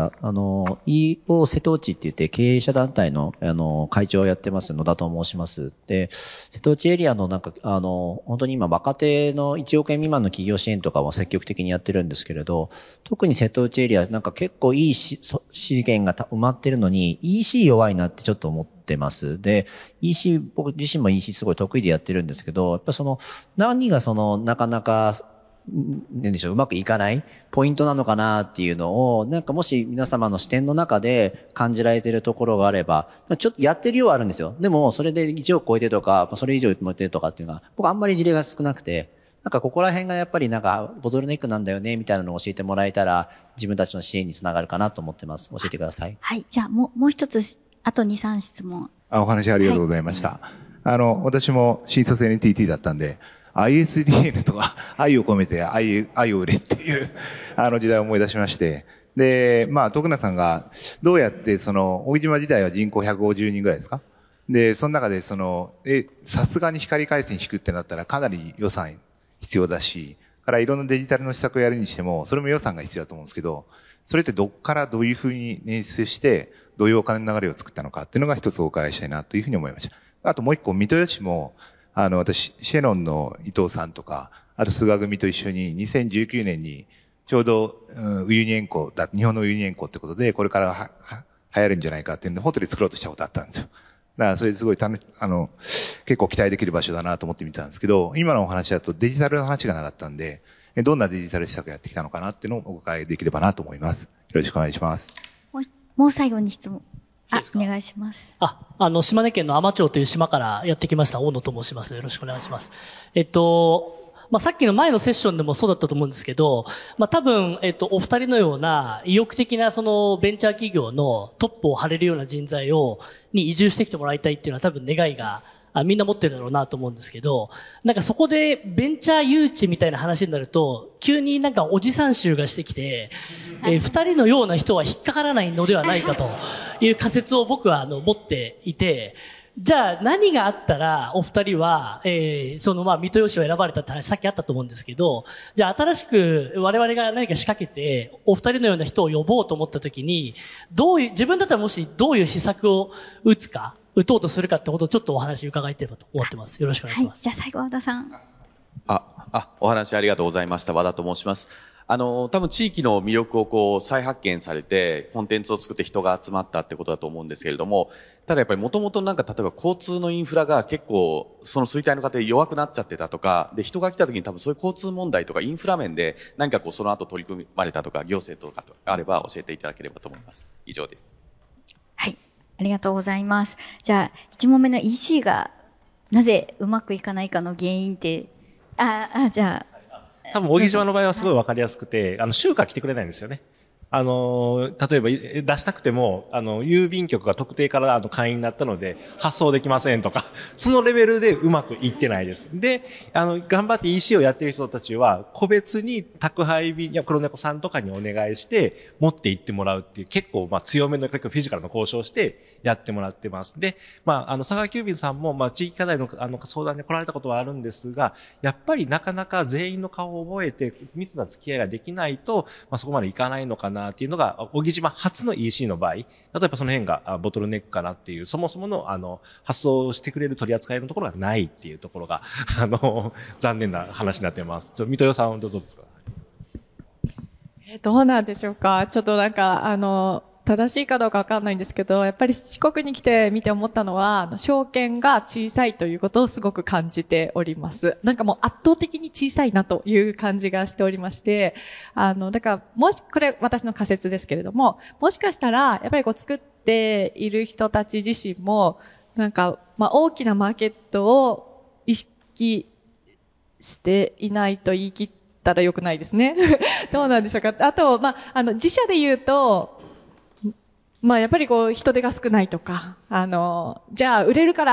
[SPEAKER 6] 。EO 瀬戸内って言って経営者団体の、会長をやってます野田と申します。で、瀬戸内エリアの本当に今若手の1億円未満の企業支援とかも積極的にやってるんですけれど、特に瀬戸内エリア結構いい資源が埋まってるのに EC 弱いなってちょっと思ってます。で、EC、僕自身も EC すごい得意でやってるんですけど、やっぱ何がなかなかなんでしょう、うまくいかないポイントなのかなっていうのを、もし皆様の視点の中で感じられているところがあれば、ちょっとやってるようはあるんですよ。でも、それで1億超えてとか、それ以上超えてとかっていうのは、僕あんまり事例が少なくて、ここら辺がやっぱりボトルネックなんだよね、みたいなのを教えてもらえたら、自分たちの支援につながるかなと思ってます。教えてください。
[SPEAKER 2] はい。じゃあ、もう一つ、あと2、3質問。
[SPEAKER 7] お話ありがとうございました。はい、私も新卒 NTT だったんで、ISDN とか愛を込めて愛を売れっていう時代を思い出しまして、で、徳永さんがどうやって小木島自体は人口150人ぐらいですか？で、その中でさすがに光回線引くってなったらかなり予算必要だし、からいろんなデジタルの施策をやるにしても、それも予算が必要だと思うんですけど、それってどっからどういうふうに捻出して、どういうお金の流れを作ったのかっていうのが一つお伺いしたいなというふうに思いました。あともう一個、三豊市も、私、シェロンの伊藤さんとか、あと菅組と一緒に2019年にちょうど、ウユニ塩湖日本のウユニ塩湖ってことで、これから流行るんじゃないかっていうんで、ホテル作ろうとしたことあったんですよ。だからそれですごい結構期待できる場所だなと思ってみたんですけど、今のお話だとデジタルの話がなかったんで、どんなデジタル施策やってきたのかなっていうのをお伺いできればなと思います。よろしくお願いします。
[SPEAKER 2] もう最後に質問。お願いします。
[SPEAKER 8] 島根県の海士町という島からやってきました大野と申します。よろしくお願いします。さっきの前のセッションでもそうだったと思うんですけど、多分、お二人のような意欲的なベンチャー企業のトップを張れるような人材に移住してきてもらいたいっていうのは多分願いがみんな持ってるだろうなと思うんですけど、そこでベンチャー誘致みたいな話になると、急におじさん臭がしてきて、二人のような人は引っかからないのではないかという仮説を僕は持っていて、じゃあ何があったらお二人は、三豊市を選ばれたって話さっきあったと思うんですけど、じゃあ新しく我々が何か仕掛けて、お二人のような人を呼ぼうと思った時に、自分だったらもしどういう施策を打とうとするかってことをちょっとお話伺いたいと思ってます。よろしくお願いします。
[SPEAKER 2] はい、じゃあ最後和田さん。
[SPEAKER 9] お話ありがとうございました。和田と申します。多分地域の魅力を再発見されて、コンテンツを作って人が集まったってことだと思うんですけれども、ただやっぱりもともと例えば交通のインフラが結構、その衰退の過程で弱くなっちゃってたとか、で、人が来た時に多分そういう交通問題とかインフラ面で何かその後取り組まれたとか、行政とかあれば教えていただければと思います。以上です。
[SPEAKER 2] はい。ありがとうございます。じゃあ、1問目の EC がなぜうまくいかないかの原因って、じゃあ。
[SPEAKER 3] 多分、小木島の場合はすごいわかりやすくて、集荷来てくれないんですよね。例えば出したくても、郵便局が特定から会員になったので、発送できませんとか、そのレベルでうまくいってないです。で、頑張って EC をやってる人たちは、個別に宅配便や黒猫さんとかにお願いして、持って行ってもらうっていう、結構強めのフィジカルの交渉をしてやってもらってます。で、佐川急便さんも、地域課題の相談に来られたことはあるんですが、やっぱりなかなか全員の顔を覚えて、密な付き合いができないと、そこまでいかないのかなっていうのが、小木島初の EC の場合、例えばその辺がボトルネックかなっていう、そもそもの発送してくれる取り扱いのところがないっていうところが、残念な話になってます。三豊さんはどうですか？
[SPEAKER 4] どうなんでしょうか。ちょっと正しいかどうかわかんないんですけど、やっぱり四国に来て見て思ったのは、証券が小さいということをすごく感じております。なんかもう圧倒的に小さいなという感じがしておりまして、だからこれ私の仮説ですけれども、もしかしたら、やっぱり作っている人たち自身も、なんか、大きなマーケットを意識していないと言い切ったら良くないですね。どうなんでしょうか。あと、自社で言うと、やっぱり人手が少ないとか、じゃあ売れるから、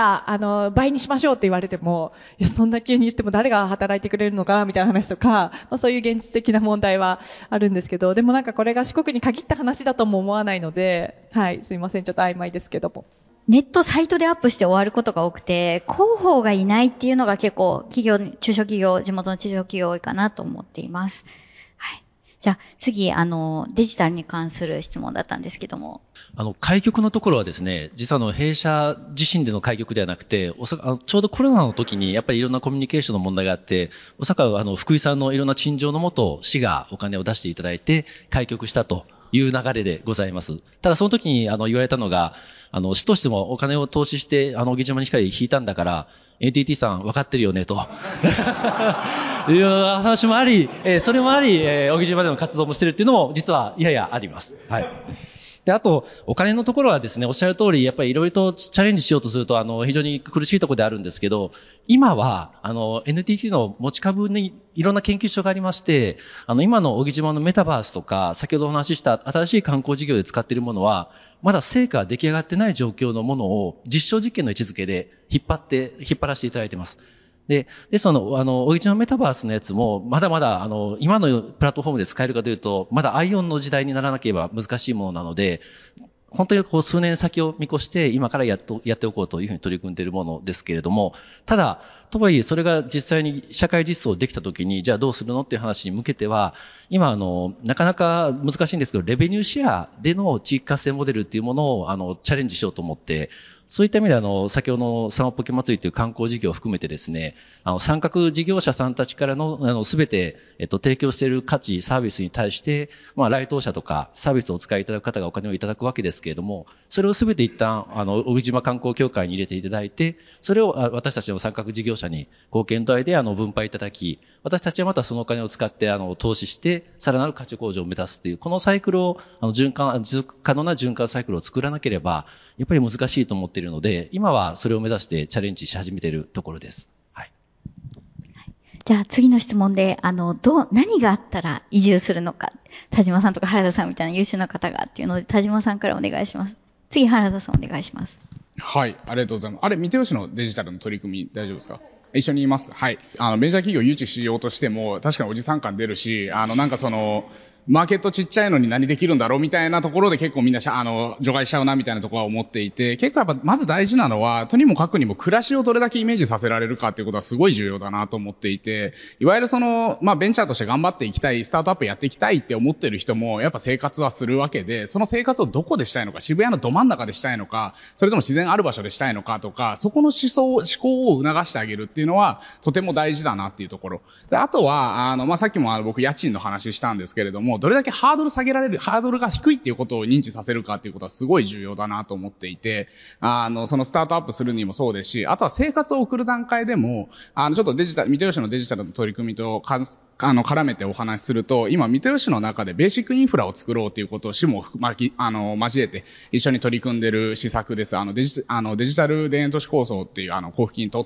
[SPEAKER 4] 倍にしましょうって言われても、いや、そんな急に言っても誰が働いてくれるのかなみたいな話とか、そういう現実的な問題はあるんですけど、でもなんかこれが四国に限った話だとも思わないので、はい、すいません、ちょっと曖昧ですけども。
[SPEAKER 2] ネットサイトでアップして終わることが多くて、広報がいないっていうのが結構中小企業、地元の中小企業多いかなと思っています。はい。じゃあ次、デジタルに関する質問だったんですけども。
[SPEAKER 5] 開局のところはですね、実は弊社自身での開局ではなくて、ちょうどコロナの時にやっぱりいろんなコミュニケーションの問題があって、福井さんのいろんな陳情のもと、市がお金を出していただいて開局したという流れでございます。ただその時に言われたのが、市としてもお金を投資して、小木島に光引いたんだから、NTT さん分かってるよね、と。いう話もあり、それもあり、小木島での活動もしてるっていうのも、実はややあります。はい。で、あと、お金のところはですね、おっしゃる通り、やっぱりいろいろとチャレンジしようとすると、非常に苦しいところであるんですけど、今は、NTT の持ち株にいろんな研究所がありまして、今の小木島のメタバースとか、先ほどお話しした新しい観光事業で使っているものは、まだ成果が出来上がってない状況のものを実証実験の位置づけで引っ張らせていただいています。で、小木島メタバースのやつも、まだまだ、今のプラットフォームで使えるかというと、まだ ION の時代にならなければ難しいものなので、本当に数年先を見越して、今からやっておこうというふうに取り組んでいるものですけれども、ただ、とはいえ、それが実際に社会実装できたときに、じゃあどうするのっていう話に向けては、今、なかなか難しいんですけど、レベニューシェアでの地域活性モデルっていうものを、チャレンジしようと思って、そういった意味で先ほどのサマポケ祭りという観光事業を含めてですね、参画事業者さんたちからの、すべて、提供している価値、サービスに対して、来島者とかサービスをお使いいただく方がお金をいただくわけですけれども、それをすべて一旦、小木島観光協会に入れていただいて、それを私たちの参画事業者に貢献度合いで分配いただき、私たちはまたそのお金を使って投資して、さらなる価値向上を目指すという、このサイクルを、持続可能な循環サイクルを作らなければ、やっぱり難しいと思っているので、今はそれを目指してチャレンジし始めているところです。はい。
[SPEAKER 2] じゃあ次の質問で、何があったら移住するのか、田島さんとか原田さんみたいな優秀な方がっていうので、田島さんからお願いします。次、原田さんお願いします。
[SPEAKER 1] はい、ありがとうございます。あれ、三手吉のデジタルの取り組み大丈夫ですか？一緒に言いますか？はい。ベンチャー企業誘致しようとしても、確かにおじさん感出るし、マーケットちっちゃいのに何できるんだろうみたいなところで結構みんな除外しちゃうなみたいなところは思っていて、結構やっぱまず大事なのは、とにもかくにも暮らしをどれだけイメージさせられるかっていうことはすごい重要だなと思っていて、いわゆるベンチャーとして頑張っていきたい、スタートアップやっていきたいって思ってる人も、やっぱ生活はするわけで、その生活をどこでしたいのか、渋谷のど真ん中でしたいのか、それとも自然ある場所でしたいのかとか、そこの思考を促してあげるっていうのは、とても大事だなっていうところ。で、あとは、さっきも僕家賃の話したんですけれども、どれだけハードル下げられる、ハードルが低いっていうことを認知させるかっていうことはすごい重要だなと思っていて、そのスタートアップするにもそうですし、あとは生活を送る段階でも、ちょっと三手吉のデジタルの取り組みと絡めてお話しすると、今、三手吉の中でベーシックインフラを作ろうということを市も交えて一緒に取り組んでいる施策です。デジタル田園都市構想っていう交付金取って、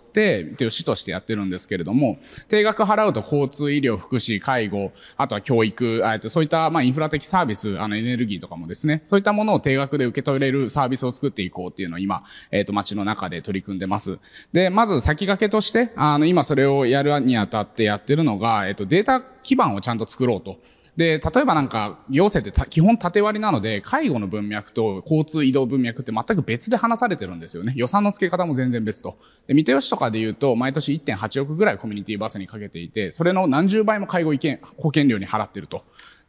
[SPEAKER 1] 三手吉市としてやってるんですけれども、定額払うと交通、医療、福祉、介護、あとは教育、そういったインフラ的サービス、エネルギーとかもですね、そういったものを定額で受け取れるサービスを作っていこうっていうのを今、町の中で取り組んでます。で、まず先駆けとして、今それをやるにあたってやってるのが、データ基盤をちゃんと作ろうと。で、例えば行政って基本縦割りなので、介護の文脈と交通移動文脈って全く別で話されてるんですよね。予算の付け方も全然別と。で、三手吉とかで言うと、毎年 1.8 億ぐらいコミュニティバスにかけていて、それの何十倍も介護保険料に払ってると。っ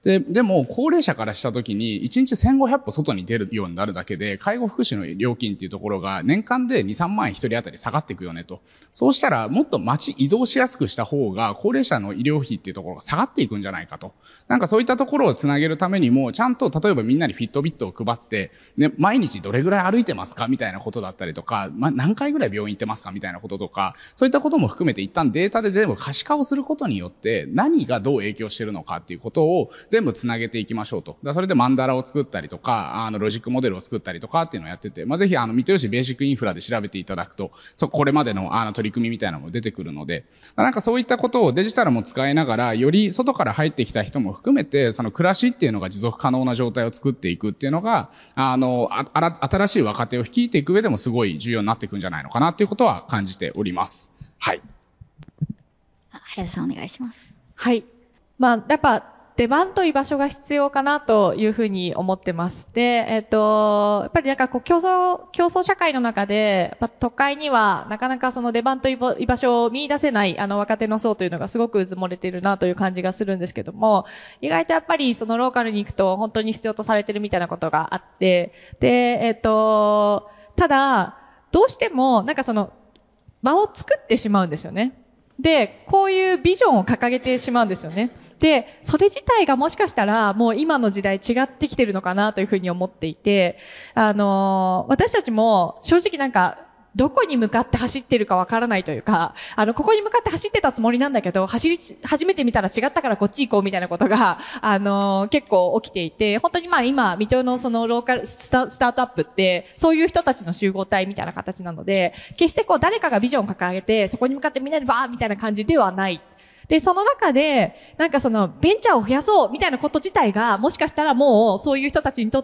[SPEAKER 1] でも、高齢者からしたときに、1日1500歩外に出るようになるだけで、介護福祉の料金っていうところが、年間で2、3万円1人当たり下がっていくよねと。そうしたら、もっと街移動しやすくした方が、高齢者の医療費っていうところが下がっていくんじゃないかと。なんかそういったところをつなげるためにも、ちゃんと、例えばみんなにフィットビットを配って、ね、毎日どれぐらい歩いてますかみたいなことだったりとか、何回ぐらい病院行ってますかみたいなこととか、そういったことも含めて一旦データで全部可視化をすることによって、何がどう影響しているのかっていうことを全部つなげていきましょうと。それでマンダラを作ったりとか、ロジックモデルを作ったりとかっていうのをやってて、ぜひ三豊市ベーシックインフラで調べていただくと、これまでの取り組みみたいなのも出てくるので、なんかそういったことをデジタルも使いながら、より外から入ってきた人も含めて、その暮らしっていうのが持続可能な状態を作っていくっていうのが、新しい若手を率いていく上でもすごい重要になっていくんじゃないのかなっていうことは感じております。はい。
[SPEAKER 2] 原田さんお願いします。
[SPEAKER 4] はい。やっぱ、出番と居場所が必要かなというふうに思ってます。で、やっぱりなんか競争社会の中で、都会にはなかなかその出番と居場所を見出せない若手の層というのがすごくうずもれているなという感じがするんですけども、意外とやっぱりそのローカルに行くと本当に必要とされてるみたいなことがあって、で、ただ、どうしてもなんかその場を作ってしまうんですよね。で、こういうビジョンを掲げてしまうんですよね。で、それ自体がもしかしたらもう今の時代違ってきてるのかなというふうに思っていて、私たちも正直なんかどこに向かって走ってるかわからないというか、ここに向かって走ってたつもりなんだけど、走り始めてみたら違ったからこっち行こうみたいなことが、結構起きていて、本当に今、水戸のそのローカルスタートアップって、そういう人たちの集合体みたいな形なので、決して誰かがビジョンを掲げて、そこに向かってみんなでバーみたいな感じではない。で、その中で、なんかその、ベンチャーを増やそうみたいなこと自体が、もしかしたらもう、そういう人たちにとって、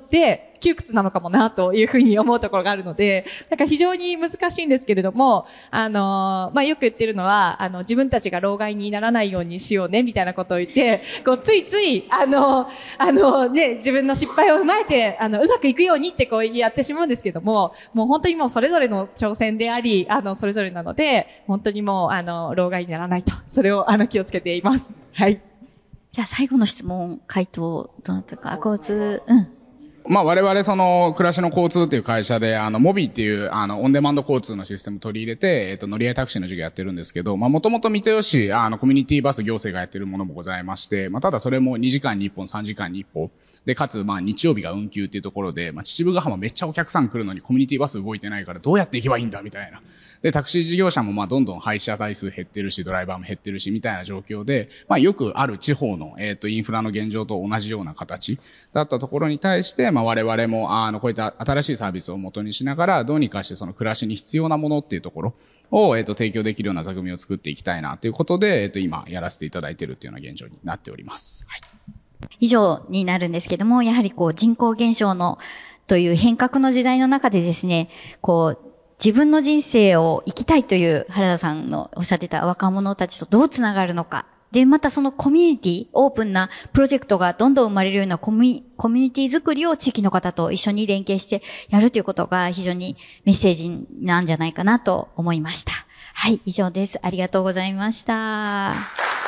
[SPEAKER 4] 窮屈なのかもな、というふうに思うところがあるので、なんか非常に難しいんですけれども、よく言ってるのは、自分たちが老害にならないようにしようね、みたいなことを言って、ついつい、自分の失敗を踏まえて、うまくいくようにってやってしまうんですけども、もう本当にもうそれぞれの挑戦であり、それぞれなので、本当にもう、老害にならないと、それを、気をつけています。はい。
[SPEAKER 2] じゃあ最後の質問、回答、どなたか、交通、
[SPEAKER 1] 我々その暮らしの交通っていう会社でモビーっていうオンデマンド交通のシステム取り入れて乗り合いタクシーの授業やってるんですけど、もともと三豊市コミュニティバス行政がやってるものもございまして、ただそれも2時間に1本3時間に1本で、かつ日曜日が運休っていうところで、秩父ヶ浜めっちゃお客さん来るのにコミュニティバス動いてないからどうやって行けばいいんだみたいな。で、タクシー事業者もどんどん配車台数減ってるし、ドライバーも減ってるし、みたいな状況で、よくある地方の、インフラの現状と同じような形だったところに対して、我々も、こういった新しいサービスを元にしながら、どうにかしてその暮らしに必要なものっていうところを、提供できるような座組を作っていきたいな、ということで、今やらせていただいているというような現状になっております。はい。
[SPEAKER 2] 以上になるんですけども、やはり人口減少の、という変革の時代の中でですね、自分の人生を生きたいという原田さんのおっしゃってた若者たちとどうつながるのか。で、またそのコミュニティ、オープンなプロジェクトがどんどん生まれるようなコミュニティ作りを地域の方と一緒に連携してやるということが非常にメッセージなんじゃないかなと思いました。はい、以上です。ありがとうございました。